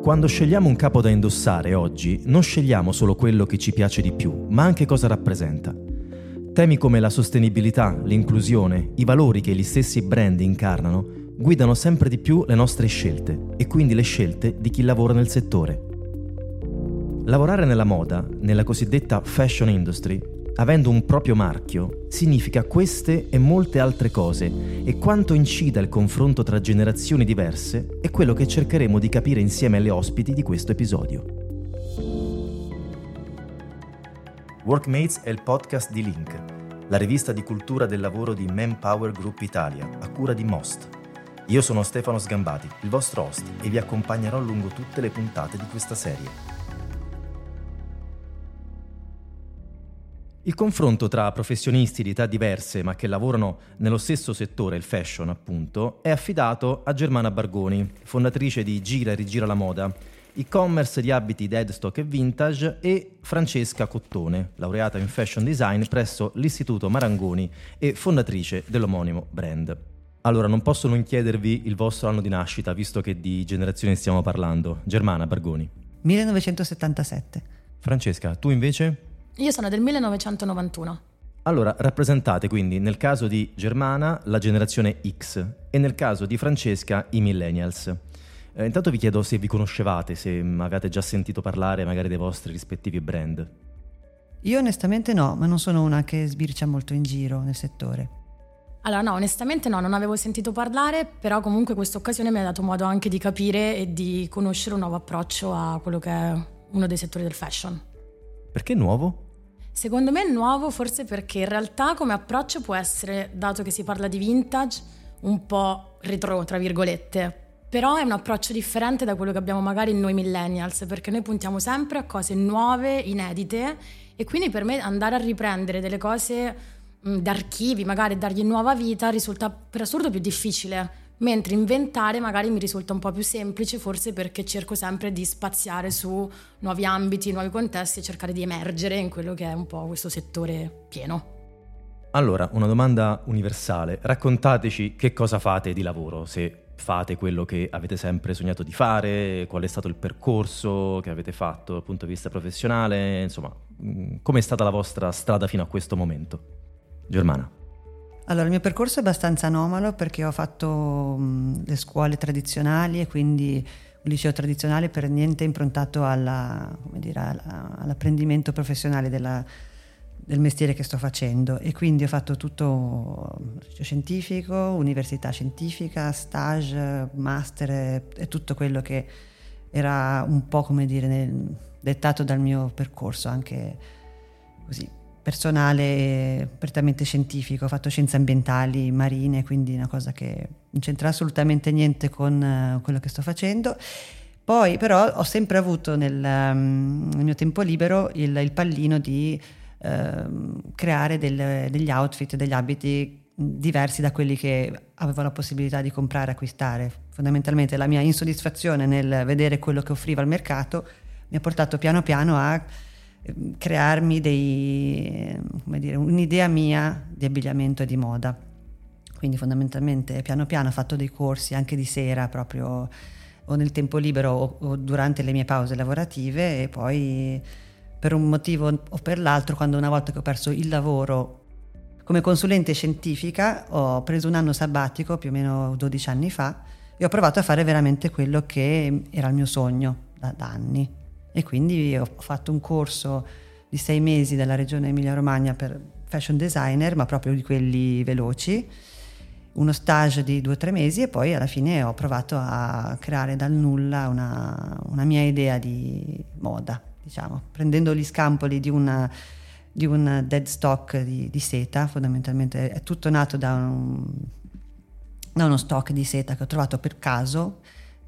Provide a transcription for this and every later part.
Quando scegliamo un capo da indossare oggi, non scegliamo solo quello che ci piace di più, ma anche cosa rappresenta. Temi come la sostenibilità, l'inclusione, i valori che gli stessi brand incarnano, guidano sempre di più le nostre scelte e quindi le scelte di chi lavora nel settore. Lavorare nella moda, nella cosiddetta fashion industry, avendo un proprio marchio, significa queste e molte altre cose, e quanto incida il confronto tra generazioni diverse è quello che cercheremo di capire insieme alle ospiti di questo episodio. Workmates è il podcast di Link, la rivista di cultura del lavoro di Manpower Group Italia, a cura di Most. Io sono Stefano Sgambati, il vostro host, e vi accompagnerò lungo tutte le puntate di questa serie. Il confronto tra professionisti di età diverse ma che lavorano nello stesso settore, il fashion appunto, è affidato a Germana Bargoni, fondatrice di Gira e Rigira la Moda, e-commerce di abiti deadstock e vintage, e Francesca Cottone, laureata in fashion design presso l'Istituto Marangoni e fondatrice dell'omonimo brand. Allora, non posso non chiedervi il vostro anno di nascita, visto che di generazione stiamo parlando. Germana Bargoni. 1977. Francesca, tu invece? Io sono del 1991. Allora, rappresentate quindi nel caso di Germana la generazione X e nel caso di Francesca i millennials. Intanto vi chiedo se vi conoscevate, se avete già sentito parlare magari dei vostri rispettivi brand. Io onestamente no, ma non sono una che sbircia molto in giro nel settore. Allora no, onestamente no, non avevo sentito parlare, però comunque questa occasione mi ha dato modo anche di capire e di conoscere un nuovo approccio a quello che è uno dei settori del fashion. Perché nuovo? Secondo me è nuovo forse perché in realtà come approccio può essere, dato che si parla di vintage, un po' retro, tra virgolette, però è un approccio differente da quello che abbiamo magari noi millennials, perché noi puntiamo sempre a cose nuove, inedite, e quindi per me andare a riprendere delle cose d'archivi, magari dargli nuova vita, risulta per assurdo più difficile, mentre inventare magari mi risulta un po' più semplice, forse perché cerco sempre di spaziare su nuovi ambiti, nuovi contesti e cercare di emergere in quello che è un po' questo settore pieno. Allora, una domanda universale. Raccontateci che cosa fate di lavoro, se fate quello che avete sempre sognato di fare, qual è stato il percorso che avete fatto dal punto di vista professionale, insomma, com'è stata la vostra strada fino a questo momento? Germana. Allora, il mio percorso è abbastanza anomalo perché ho fatto le scuole tradizionali e quindi un liceo tradizionale per niente improntato all'apprendimento professionale del mestiere che sto facendo, e quindi ho fatto tutto liceo scientifico, università scientifica, stage, master e tutto quello che era un po' dettato dal mio percorso anche così personale e prettamente scientifico. Ho fatto scienze ambientali, marine, quindi una cosa che non c'entra assolutamente niente con quello che sto facendo. Poi però ho sempre avuto nel mio tempo libero il pallino di creare degli outfit, degli abiti diversi da quelli che avevo la possibilità di comprare e acquistare. Fondamentalmente la mia insoddisfazione nel vedere quello che offriva il mercato mi ha portato piano piano a crearmi un'idea mia di abbigliamento e di moda. Quindi fondamentalmente piano piano ho fatto dei corsi anche di sera, proprio o nel tempo libero o durante le mie pause lavorative, e poi per un motivo o per l'altro, quando una volta che ho perso il lavoro come consulente scientifica, ho preso un anno sabbatico più o meno 12 anni fa e ho provato a fare veramente quello che era il mio sogno da anni. E quindi ho fatto un corso di 6 mesi dalla regione Emilia-Romagna per fashion designer, ma proprio di quelli veloci, uno stage di 2 o 3 mesi, e poi alla fine ho provato a creare dal nulla una mia idea di moda, diciamo, prendendo gli scampoli di un dead stock di seta. Fondamentalmente è tutto nato da uno stock di seta che ho trovato per caso,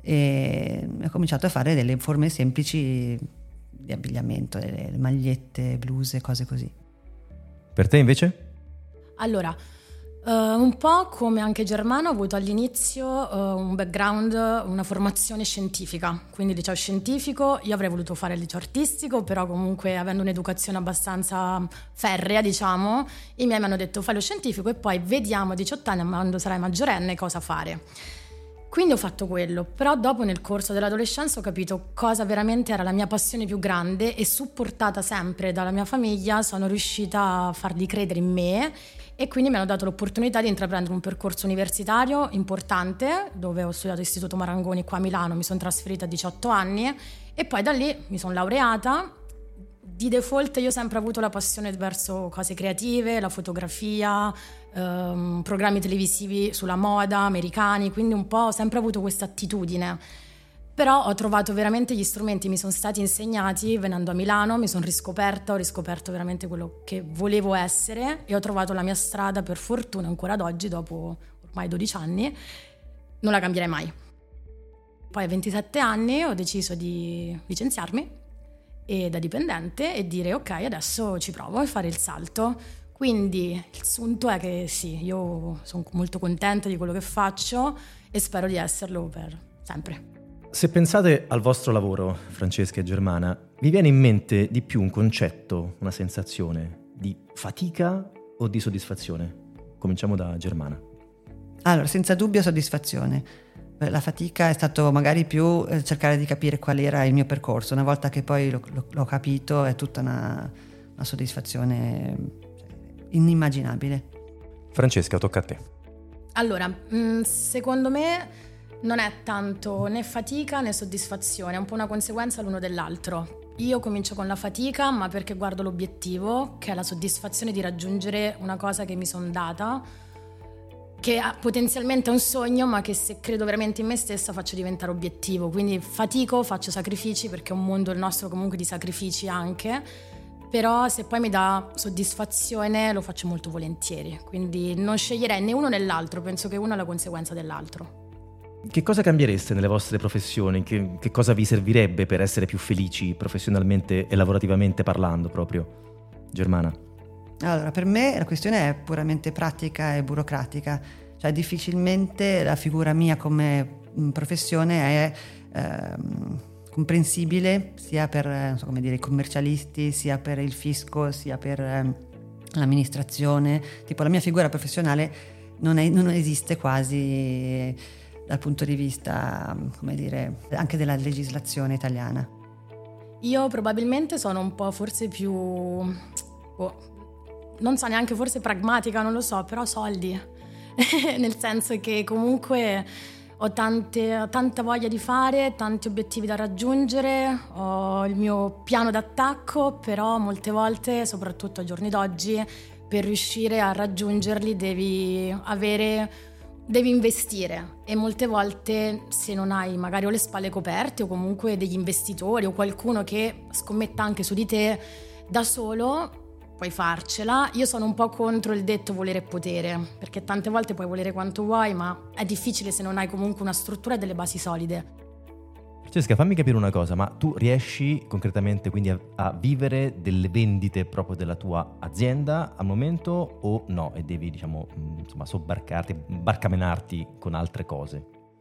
e ho cominciato a fare delle forme semplici di abbigliamento, le magliette, bluse, cose così. Per te invece? Allora, un po' come anche Germano, ho avuto all'inizio un background, una formazione scientifica, quindi liceo scientifico. Io avrei voluto fare il liceo artistico, però comunque avendo un'educazione abbastanza ferrea, diciamo, i miei mi hanno detto fai lo scientifico e poi vediamo a 18 anni, quando sarai maggiorenne, cosa fare. quindi ho fatto quello, però dopo nel corso dell'adolescenza ho capito cosa veramente era la mia passione più grande e, supportata sempre dalla mia famiglia, sono riuscita a fargli credere in me e quindi mi hanno dato l'opportunità di intraprendere un percorso universitario importante, dove ho studiato all'Istituto Marangoni qua a Milano, mi sono trasferita a 18 anni e poi da lì mi sono laureata. Di default io ho sempre avuto la passione verso cose creative, la fotografia, programmi televisivi sulla moda, americani, quindi un po' ho sempre avuto questa attitudine. Però ho trovato veramente gli strumenti, mi sono stati insegnati venendo a Milano, mi sono riscoperta, ho riscoperto veramente quello che volevo essere e ho trovato la mia strada, per fortuna ancora ad oggi, dopo ormai 12 anni, non la cambierei mai. Poi a 27 anni ho deciso di licenziarmi e da dipendente e dire ok, adesso ci provo e fare il salto. Quindi il sunto è che sì, io sono molto contenta di quello che faccio e spero di esserlo per sempre. Se pensate al vostro lavoro, Francesca e Germana, vi viene in mente di più un concetto, una sensazione di fatica o di soddisfazione? Cominciamo da Germana. Allora, senza dubbio soddisfazione. La fatica è stato magari più cercare di capire qual era il mio percorso. Una volta che poi l'ho capito è tutta una soddisfazione inimmaginabile. Francesca, tocca a te. Allora, secondo me non è tanto né fatica né soddisfazione, è un po' una conseguenza l'uno dell'altro. Io comincio con la fatica, ma perché guardo l'obiettivo, che è la soddisfazione di raggiungere una cosa che mi sono data, che potenzialmente è un sogno, ma che se credo veramente in me stessa faccio diventare obiettivo. Quindi fatico, faccio sacrifici, perché è un mondo il nostro comunque di sacrifici anche, però se poi mi dà soddisfazione lo faccio molto volentieri. Quindi non sceglierei né uno né l'altro, penso che uno è la conseguenza dell'altro. Che cosa cambiereste nelle vostre professioni? Che cosa vi servirebbe per essere più felici professionalmente e lavorativamente parlando proprio? Germana? Allora, per me la questione è puramente pratica e burocratica, cioè difficilmente la figura mia come professione è comprensibile sia per non so come dire, i commercialisti, sia per il fisco, sia per l'amministrazione. Tipo la mia figura professionale non esiste quasi dal punto di vista, come dire, anche della legislazione italiana. Io probabilmente sono un po' forse più non so neanche, forse pragmatica, non lo so, però soldi. Nel senso che comunque ho tanta voglia di fare, tanti obiettivi da raggiungere, ho il mio piano d'attacco, però molte volte, soprattutto ai giorni d'oggi, per riuscire a raggiungerli devi investire e molte volte se non hai magari o le spalle coperte o comunque degli investitori o qualcuno che scommetta anche su di te da solo, puoi farcela. Io sono un po' contro il detto volere potere, perché tante volte puoi volere quanto vuoi, ma è difficile se non hai comunque una struttura e delle basi solide. Francesca, fammi capire una cosa, ma tu riesci concretamente quindi a vivere delle vendite proprio della tua azienda al momento o no? E devi, barcamenarti con altre cose?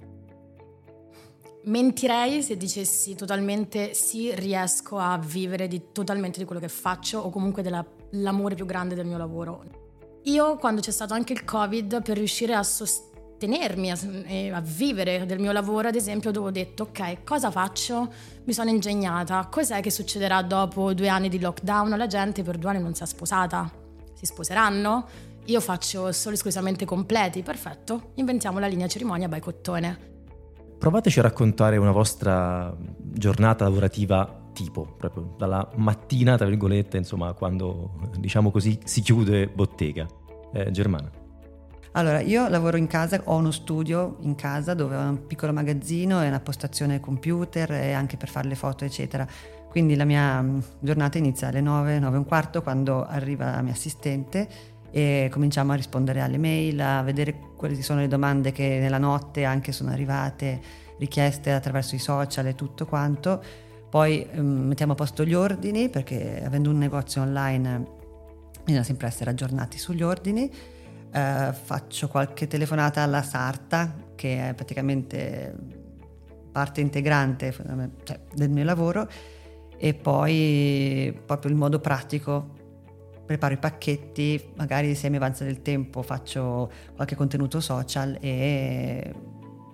Mentirei se dicessi totalmente sì, riesco a vivere totalmente di quello che faccio o comunque dell'amore più grande del mio lavoro. Io quando c'è stato anche il Covid, per riuscire a sostenermi e a vivere del mio lavoro, ad esempio, ho detto ok, cosa faccio? Mi sono ingegnata, cos'è che succederà dopo 2 anni di lockdown? La gente per 2 anni non si è sposata, si sposeranno? Io faccio solo esclusivamente completi, perfetto, inventiamo la linea cerimonia by Cottone. Provateci a raccontare una vostra giornata lavorativa tipo, proprio dalla mattina, tra virgolette, insomma, quando, diciamo così, si chiude bottega. Germana. Allora, io lavoro in casa, ho uno studio in casa dove ho un piccolo magazzino e una postazione computer e anche per fare le foto, eccetera. Quindi la mia giornata inizia alle 9, 9:15, quando arriva la mia assistente e cominciamo a rispondere alle mail, a vedere quali sono le domande che nella notte anche sono arrivate, richieste attraverso i social e tutto quanto. Poi mettiamo a posto gli ordini, perché avendo un negozio online bisogna sempre essere aggiornati sugli ordini. Faccio qualche telefonata alla sarta, che è praticamente parte integrante del mio lavoro, e poi proprio il modo pratico preparo i pacchetti, magari se mi avanza del tempo faccio qualche contenuto social e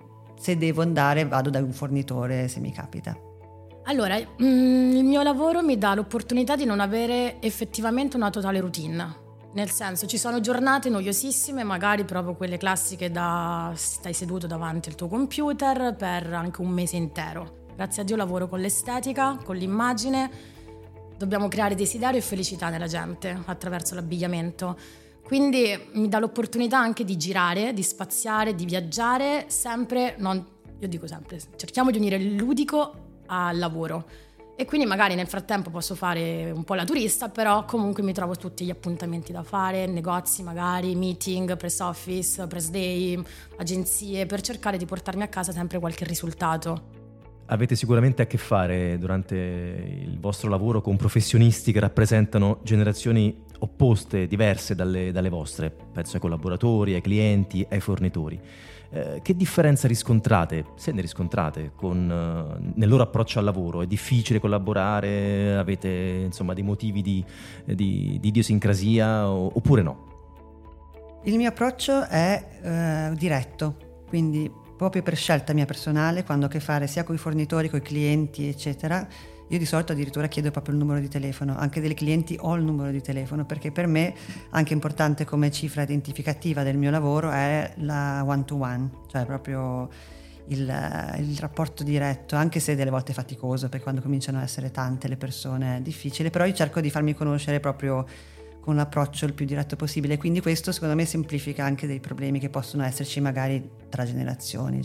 se devo andare vado da un fornitore se mi capita. Allora, il mio lavoro mi dà l'opportunità di non avere effettivamente una totale routine. Nel senso, ci sono giornate noiosissime, magari proprio quelle classiche stai seduto davanti al tuo computer per anche un mese intero. Grazie a Dio lavoro con l'estetica, con l'immagine, dobbiamo creare desiderio e felicità nella gente attraverso l'abbigliamento. Quindi mi dà l'opportunità anche di girare, di spaziare, di viaggiare, io dico sempre, cerchiamo di unire il ludico al lavoro. E quindi magari nel frattempo posso fare un po' la turista, però comunque mi trovo tutti gli appuntamenti da fare, negozi magari, meeting, press office, press day, agenzie, per cercare di portarmi a casa sempre qualche risultato. Avete sicuramente a che fare durante il vostro lavoro con professionisti che rappresentano generazioni opposte, diverse dalle vostre. Penso ai collaboratori, ai clienti, ai fornitori. Che differenza riscontrate, se ne riscontrate, nel loro approccio al lavoro? È difficile collaborare? Avete insomma dei motivi di idiosincrasia oppure no? Il mio approccio è diretto, quindi proprio per scelta mia personale, quando ho a che fare sia con i fornitori, con i clienti, eccetera. Io di solito addirittura chiedo proprio il numero di telefono, anche dei clienti ho il numero di telefono, perché per me anche importante come cifra identificativa del mio lavoro è la one-to-one, cioè proprio il rapporto diretto, anche se delle volte è faticoso, perché quando cominciano a essere tante le persone è difficile, però io cerco di farmi conoscere proprio con l'approccio il più diretto possibile, quindi questo secondo me semplifica anche dei problemi che possono esserci magari tra generazioni.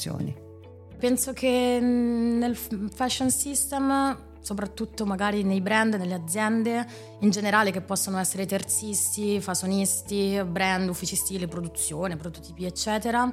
Penso che nel fashion system, soprattutto magari nei brand, nelle aziende in generale, che possono essere terzisti, fasonisti, brand, uffici stile, produzione, prototipi eccetera,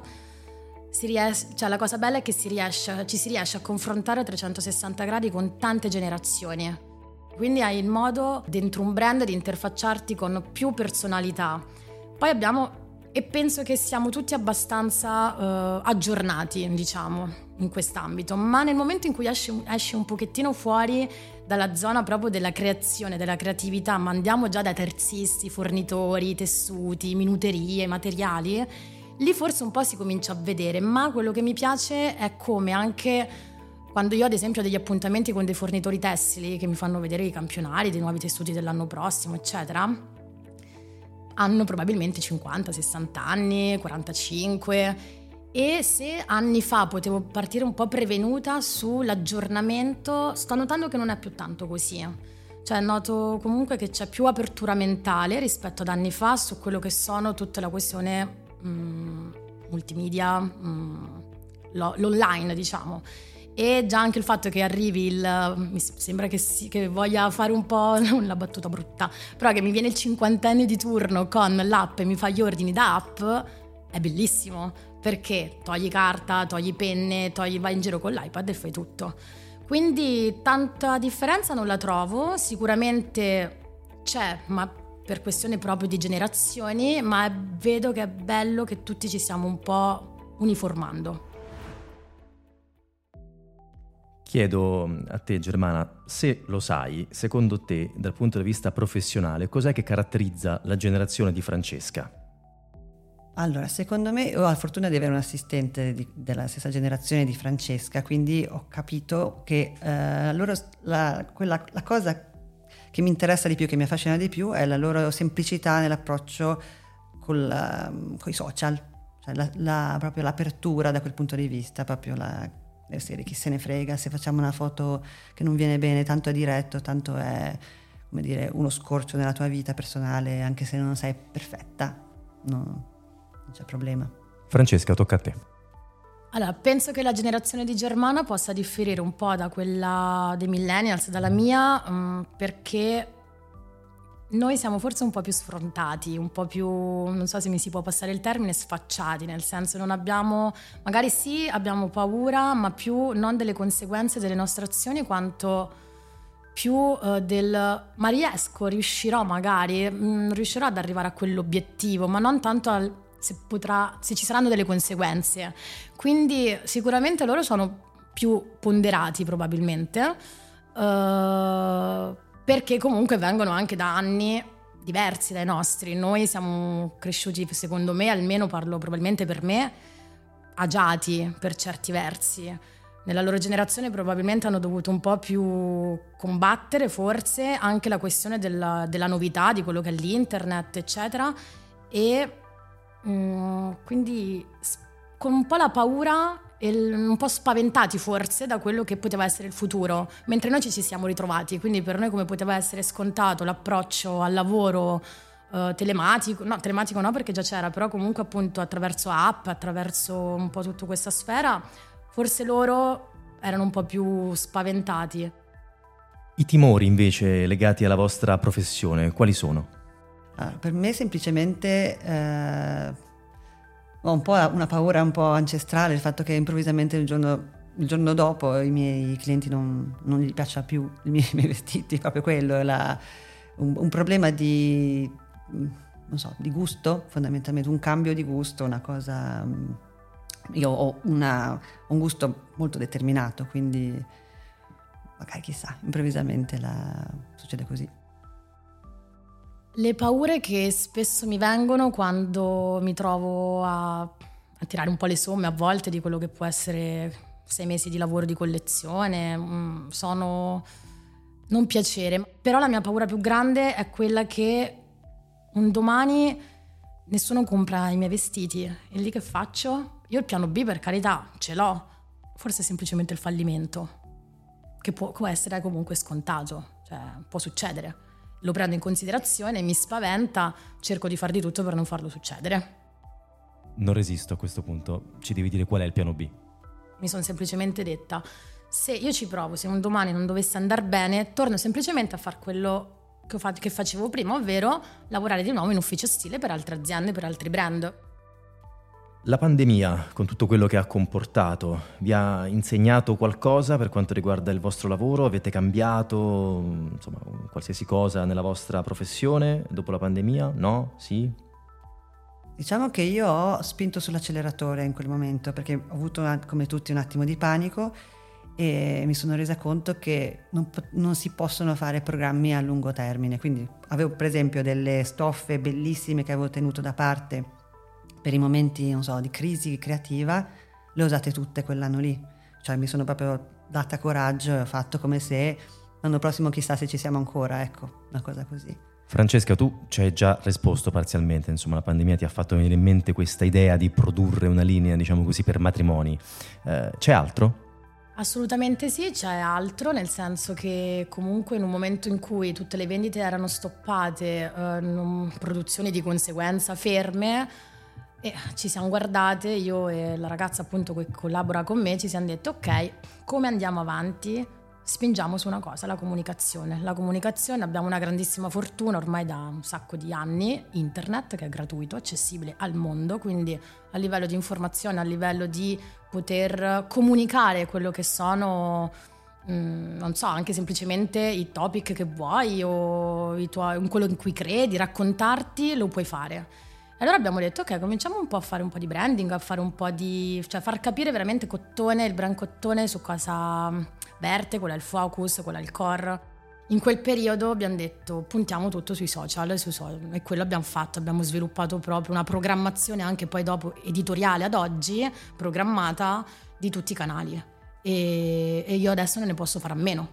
la cosa bella è che ci si riesce a confrontare a 360 gradi con tante generazioni. Quindi hai il modo dentro un brand di interfacciarti con più personalità. Poi e penso che siamo tutti abbastanza aggiornati, diciamo, in quest'ambito, ma nel momento in cui esci un pochettino fuori dalla zona proprio della creazione, della creatività, ma andiamo già da terzisti, fornitori, tessuti, minuterie, materiali, lì forse un po' si comincia a vedere, ma quello che mi piace è come anche quando io ad esempio ho degli appuntamenti con dei fornitori tessili che mi fanno vedere i campionari dei nuovi tessuti dell'anno prossimo, eccetera, hanno probabilmente 50, 60 anni, 45, e se anni fa potevo partire un po' prevenuta sull'aggiornamento, sto notando che non è più tanto così. Cioè noto comunque che c'è più apertura mentale rispetto ad anni fa su quello che sono tutta la questione multimedia, l'online, diciamo. E già anche il fatto che arrivi mi sembra che voglia fare un po' la battuta brutta, però che mi viene il cinquantenne di turno con l'app e mi fa gli ordini da app, è bellissimo, perché togli carta, togli penne, vai in giro con l'iPad e fai tutto. Quindi tanta differenza non la trovo, sicuramente c'è, ma per questione proprio di generazioni, ma vedo che è bello che tutti ci stiamo un po' uniformando. Chiedo a te, Germana, se lo sai, secondo te, dal punto di vista professionale, cos'è che caratterizza la generazione di Francesca? Allora, secondo me ho la fortuna di avere un assistente della stessa generazione di Francesca, quindi ho capito che la cosa che mi interessa di più, che mi affascina di più, è la loro semplicità nell'approccio con i social, cioè proprio l'apertura da quel punto di vista, proprio le serie, chi se ne frega se facciamo una foto che non viene bene, tanto è diretto, tanto è, come dire, uno scorcio nella tua vita personale, anche se non sei perfetta, non c'è problema. Francesca, tocca a te. Allora, penso che la generazione di Germana possa differire un po' da quella dei millennials, dalla mia, perché noi siamo forse un po' più sfrontati, un po' più, non so se mi si può passare il termine, sfacciati, nel senso non abbiamo, magari sì, abbiamo paura, ma più non delle conseguenze delle nostre azioni, quanto più ma riuscirò ad arrivare a quell'obiettivo, ma non tanto se ci saranno delle conseguenze. Quindi sicuramente loro sono più ponderati probabilmente, perché comunque vengono anche da anni diversi dai nostri. Noi siamo cresciuti, secondo me, almeno parlo probabilmente per me, agiati per certi versi. Nella loro generazione probabilmente hanno dovuto un po' più combattere forse anche la questione della novità, di quello che è l'internet, eccetera, e quindi con un po' la paura e un po' spaventati forse da quello che poteva essere il futuro, mentre noi ci siamo ritrovati. Quindi per noi, come poteva essere scontato l'approccio al lavoro telematico no perché già c'era, però comunque appunto attraverso app, attraverso un po' tutta questa sfera, forse loro erano un po' più spaventati. I timori invece legati alla vostra professione, quali sono? Per me semplicemente ho un po' una paura un po' ancestrale, il fatto che improvvisamente il giorno dopo i miei clienti non gli piaccia più i miei vestiti, proprio quello, un problema di, non so, di gusto, fondamentalmente un cambio di gusto, una cosa. Io ho un gusto molto determinato, quindi magari chissà, improvvisamente succede così. Le paure che spesso mi vengono quando mi trovo a tirare un po' le somme a volte di quello che può essere 6 mesi di lavoro di collezione, sono non piacere, però la mia paura più grande è quella che un domani nessuno compra i miei vestiti e lì che faccio? Io il piano B per carità ce l'ho, forse è semplicemente il fallimento, che può essere comunque scontato, cioè può succedere. Lo prendo in considerazione, mi spaventa, cerco di far di tutto per non farlo succedere. Non resisto a questo punto, ci devi dire qual è il piano B. Mi sono semplicemente detta, se io ci provo, se un domani non dovesse andare bene, torno semplicemente a fare quello che facevo prima, ovvero lavorare di nuovo in ufficio stile per altre aziende, per altri brand. La pandemia, con tutto quello che ha comportato, vi ha insegnato qualcosa per quanto riguarda il vostro lavoro? Avete cambiato, insomma, qualsiasi cosa nella vostra professione dopo la pandemia? No? Sì? Diciamo che io ho spinto sull'acceleratore in quel momento, perché ho avuto, come tutti, un attimo di panico e mi sono resa conto che non si possono fare programmi a lungo termine. Quindi avevo per esempio delle stoffe bellissime che avevo tenuto da parte per i momenti, non so, di crisi creativa, le ho usate tutte quell'anno lì. Cioè mi sono proprio data coraggio e ho fatto come se l'anno prossimo chissà se ci siamo ancora, ecco, una cosa così. Francesca, tu ci hai già risposto parzialmente, insomma la pandemia ti ha fatto venire in mente questa idea di produrre una linea, diciamo così, per matrimoni. C'è altro? Assolutamente sì, c'è altro, nel senso che comunque in un momento in cui tutte le vendite erano stoppate, produzioni di conseguenza ferme, e ci siamo guardate, io e la ragazza appunto che collabora con me, ci siamo detto ok, come andiamo avanti? Spingiamo su una cosa, la comunicazione. La comunicazione, abbiamo una grandissima fortuna ormai da un sacco di anni, internet che è gratuito, accessibile al mondo, quindi a livello di informazione, a livello di poter comunicare quello che sono, non so, anche semplicemente i topic che vuoi o quello in cui credi, raccontarti, lo puoi fare. Allora abbiamo detto ok, cominciamo un po' a fare un po' di branding, a fare un po' di, cioè far capire veramente Cottone, il brand Cottone su cosa verte, qual è il focus, qual è il core. In quel periodo abbiamo detto puntiamo tutto sui social e quello abbiamo fatto, abbiamo sviluppato proprio una programmazione anche poi dopo editoriale ad oggi, programmata di tutti i canali e io adesso non ne posso fare a meno.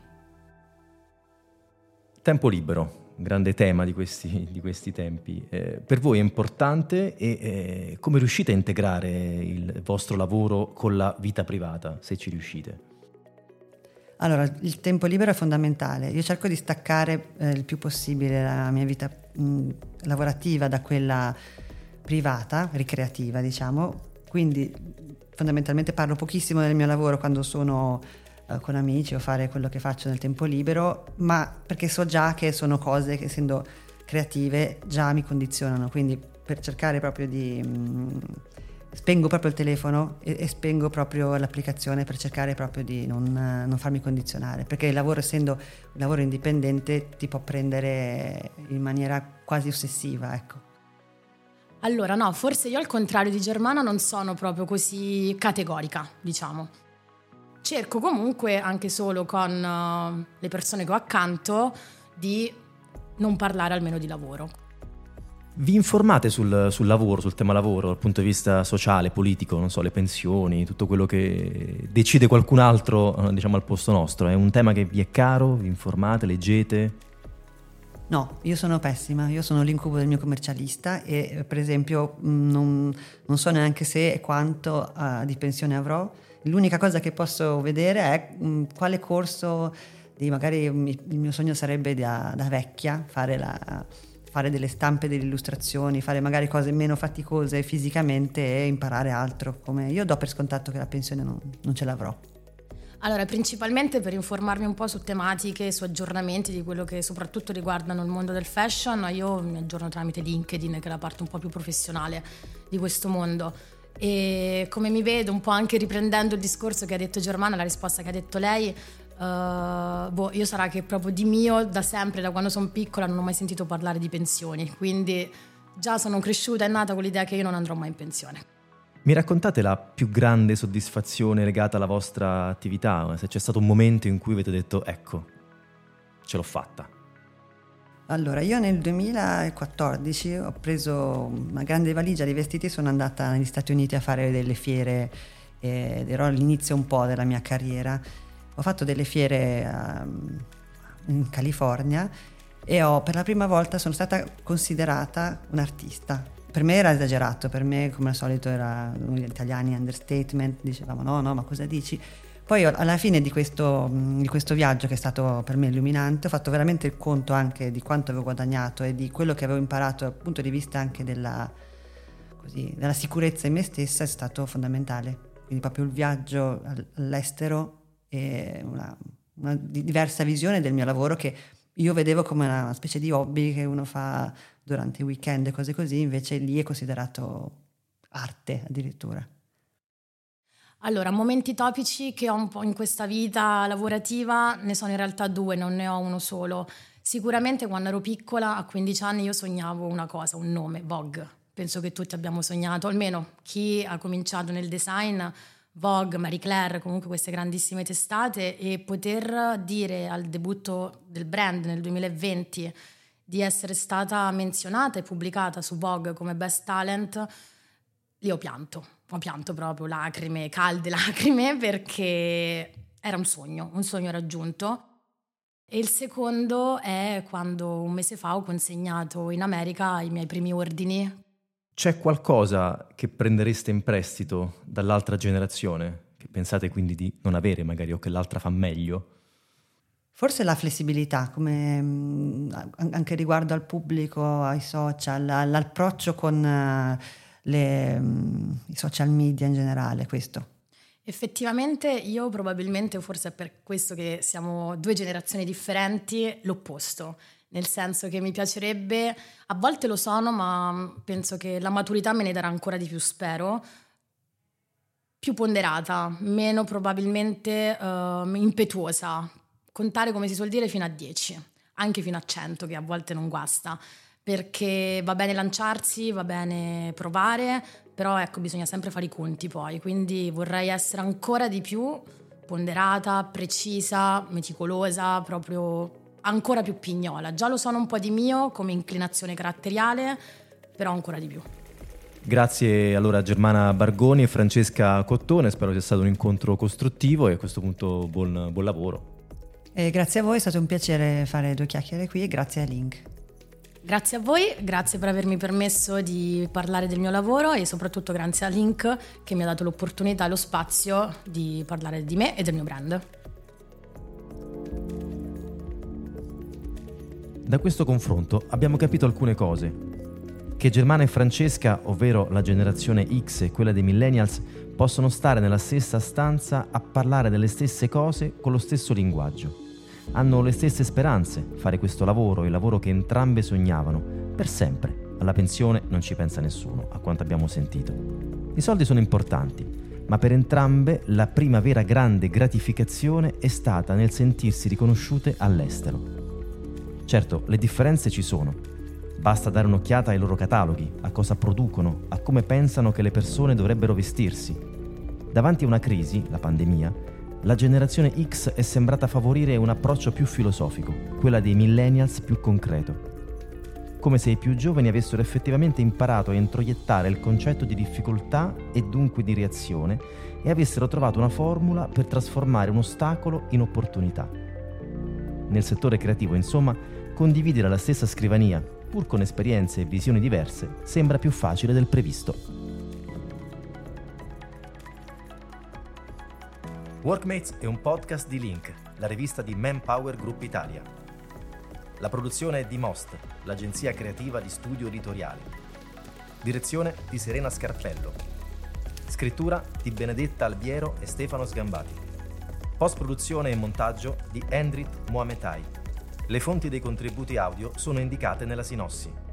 Tempo libero. Grande tema di questi tempi. Per voi è importante e come riuscite a integrare il vostro lavoro con la vita privata, se ci riuscite? Allora, il tempo libero è fondamentale. Io cerco di staccare il più possibile la mia vita lavorativa da quella privata, ricreativa, diciamo. Quindi fondamentalmente parlo pochissimo del mio lavoro quando sono con amici o fare quello che faccio nel tempo libero, ma perché so già che sono cose che, essendo creative, già mi condizionano, quindi per cercare proprio di spengo proprio il telefono e spengo proprio l'applicazione per cercare proprio di non farmi condizionare, perché il lavoro, essendo un lavoro indipendente, ti può prendere in maniera quasi ossessiva, ecco. Allora no, forse io al contrario di Germana non sono proprio così categorica, diciamo. Cerco comunque, anche solo con le persone che ho accanto, di non parlare almeno di lavoro. Vi informate sul lavoro, sul tema lavoro, dal punto di vista sociale, politico, non so, le pensioni, tutto quello che decide qualcun altro, diciamo, al posto nostro? È un tema che vi è caro? Vi informate, leggete? No, io sono pessima, io sono l'incubo del mio commercialista e per esempio non so neanche se e quanto di pensione avrò. L'unica cosa che posso vedere è quale corso, magari il mio sogno sarebbe da vecchia fare delle stampe, delle illustrazioni, fare magari cose meno faticose fisicamente e imparare altro. Come io do per scontato che la pensione non ce l'avrò. Allora, principalmente per informarmi un po' su tematiche, su aggiornamenti di quello che soprattutto riguardano il mondo del fashion, io mi aggiorno tramite LinkedIn, che è la parte un po' più professionale di questo mondo. E come mi vedo, un po' anche riprendendo il discorso che ha detto Germana, la risposta che ha detto lei, io sarà che proprio di mio, da sempre, da quando sono piccola, non ho mai sentito parlare di pensioni, quindi già sono cresciuta e nata con l'idea che io non andrò mai in pensione. Mi raccontate la più grande soddisfazione legata alla vostra attività? Se c'è stato un momento in cui avete detto, ecco, ce l'ho fatta. Allora, io nel 2014 ho preso una grande valigia di vestiti e sono andata negli Stati Uniti a fare delle fiere ed ero all'inizio un po' della mia carriera. Ho fatto delle fiere in California e per la prima volta sono stata considerata un artista. Per me era esagerato, per me come al solito era gli italiani understatement, dicevamo no, ma cosa dici? Poi alla fine di questo viaggio, che è stato per me illuminante, ho fatto veramente il conto anche di quanto avevo guadagnato e di quello che avevo imparato dal punto di vista anche della sicurezza in me stessa, è stato fondamentale. Quindi proprio il viaggio all'estero e una diversa visione del mio lavoro che io vedevo come una specie di hobby che uno fa durante i weekend e cose così, invece lì è considerato arte addirittura. Allora, momenti topici che ho un po' in questa vita lavorativa ne sono in realtà due, non ne ho uno solo. Sicuramente quando ero piccola, a 15 anni, io sognavo una cosa, un nome, Vogue. Penso che tutti abbiamo sognato, almeno chi ha cominciato nel design, Vogue, Marie Claire, comunque queste grandissime testate, e poter dire al debutto del brand nel 2020 di essere stata menzionata e pubblicata su Vogue come Best Talent, lì ho pianto proprio, lacrime, calde lacrime, perché era un sogno raggiunto. E il secondo è quando un mese fa ho consegnato in America i miei primi ordini. C'è qualcosa che prendereste in prestito dall'altra generazione, che pensate quindi di non avere magari o che l'altra fa meglio? Forse la flessibilità, come anche riguardo al pubblico, ai social, l'approccio con i social media in generale, questo. Effettivamente io probabilmente, forse è per questo che siamo due generazioni differenti, l'opposto. Nel senso che mi piacerebbe, a volte lo sono, ma penso che la maturità me ne darà ancora di più, spero, più ponderata, meno probabilmente impetuosa, contare, come si suol dire, fino a 10, anche fino a 100, che a volte non guasta, perché va bene lanciarsi, va bene provare, però ecco, bisogna sempre fare i conti poi, quindi vorrei essere ancora di più ponderata, precisa, meticolosa, proprio ancora più pignola. Già lo sono un po' di mio come inclinazione caratteriale, però ancora di più. Grazie allora a Germana Bargoni e Francesca Cottone, spero sia stato un incontro costruttivo e a questo punto buon lavoro. Grazie a voi, è stato un piacere fare due chiacchiere qui e grazie a Link. Grazie a voi, grazie per avermi permesso di parlare del mio lavoro e soprattutto grazie a Link che mi ha dato l'opportunità e lo spazio di parlare di me e del mio brand. Da questo confronto abbiamo capito alcune cose. Che Germana e Francesca, ovvero la generazione X e quella dei millennials, possono stare nella stessa stanza a parlare delle stesse cose con lo stesso linguaggio. Hanno le stesse speranze, fare questo lavoro, il lavoro che entrambe sognavano, per sempre. Alla pensione non ci pensa nessuno, a quanto abbiamo sentito. I soldi sono importanti, ma per entrambe la prima vera grande gratificazione è stata nel sentirsi riconosciute all'estero. Certo, le differenze ci sono. Basta dare un'occhiata ai loro cataloghi, a cosa producono, a come pensano che le persone dovrebbero vestirsi. Davanti a una crisi, la pandemia, la generazione X è sembrata favorire un approccio più filosofico, quella dei millennials più concreto. come se i più giovani avessero effettivamente imparato a introiettare il concetto di difficoltà e dunque di reazione e avessero trovato una formula per trasformare un ostacolo in opportunità. Nel settore creativo, insomma, condividere la stessa scrivania, pur con esperienze e visioni diverse, sembra più facile del previsto. Workmates è un podcast di Link, la rivista di Manpower Group Italia. La produzione è di Most, l'agenzia creativa di studio editoriale. Direzione di Serena Scarpello. Scrittura di Benedetta Albiero e Stefano Sgambati. Post-produzione e montaggio di Endrit Mohametai. Le fonti dei contributi audio sono indicate nella sinossi.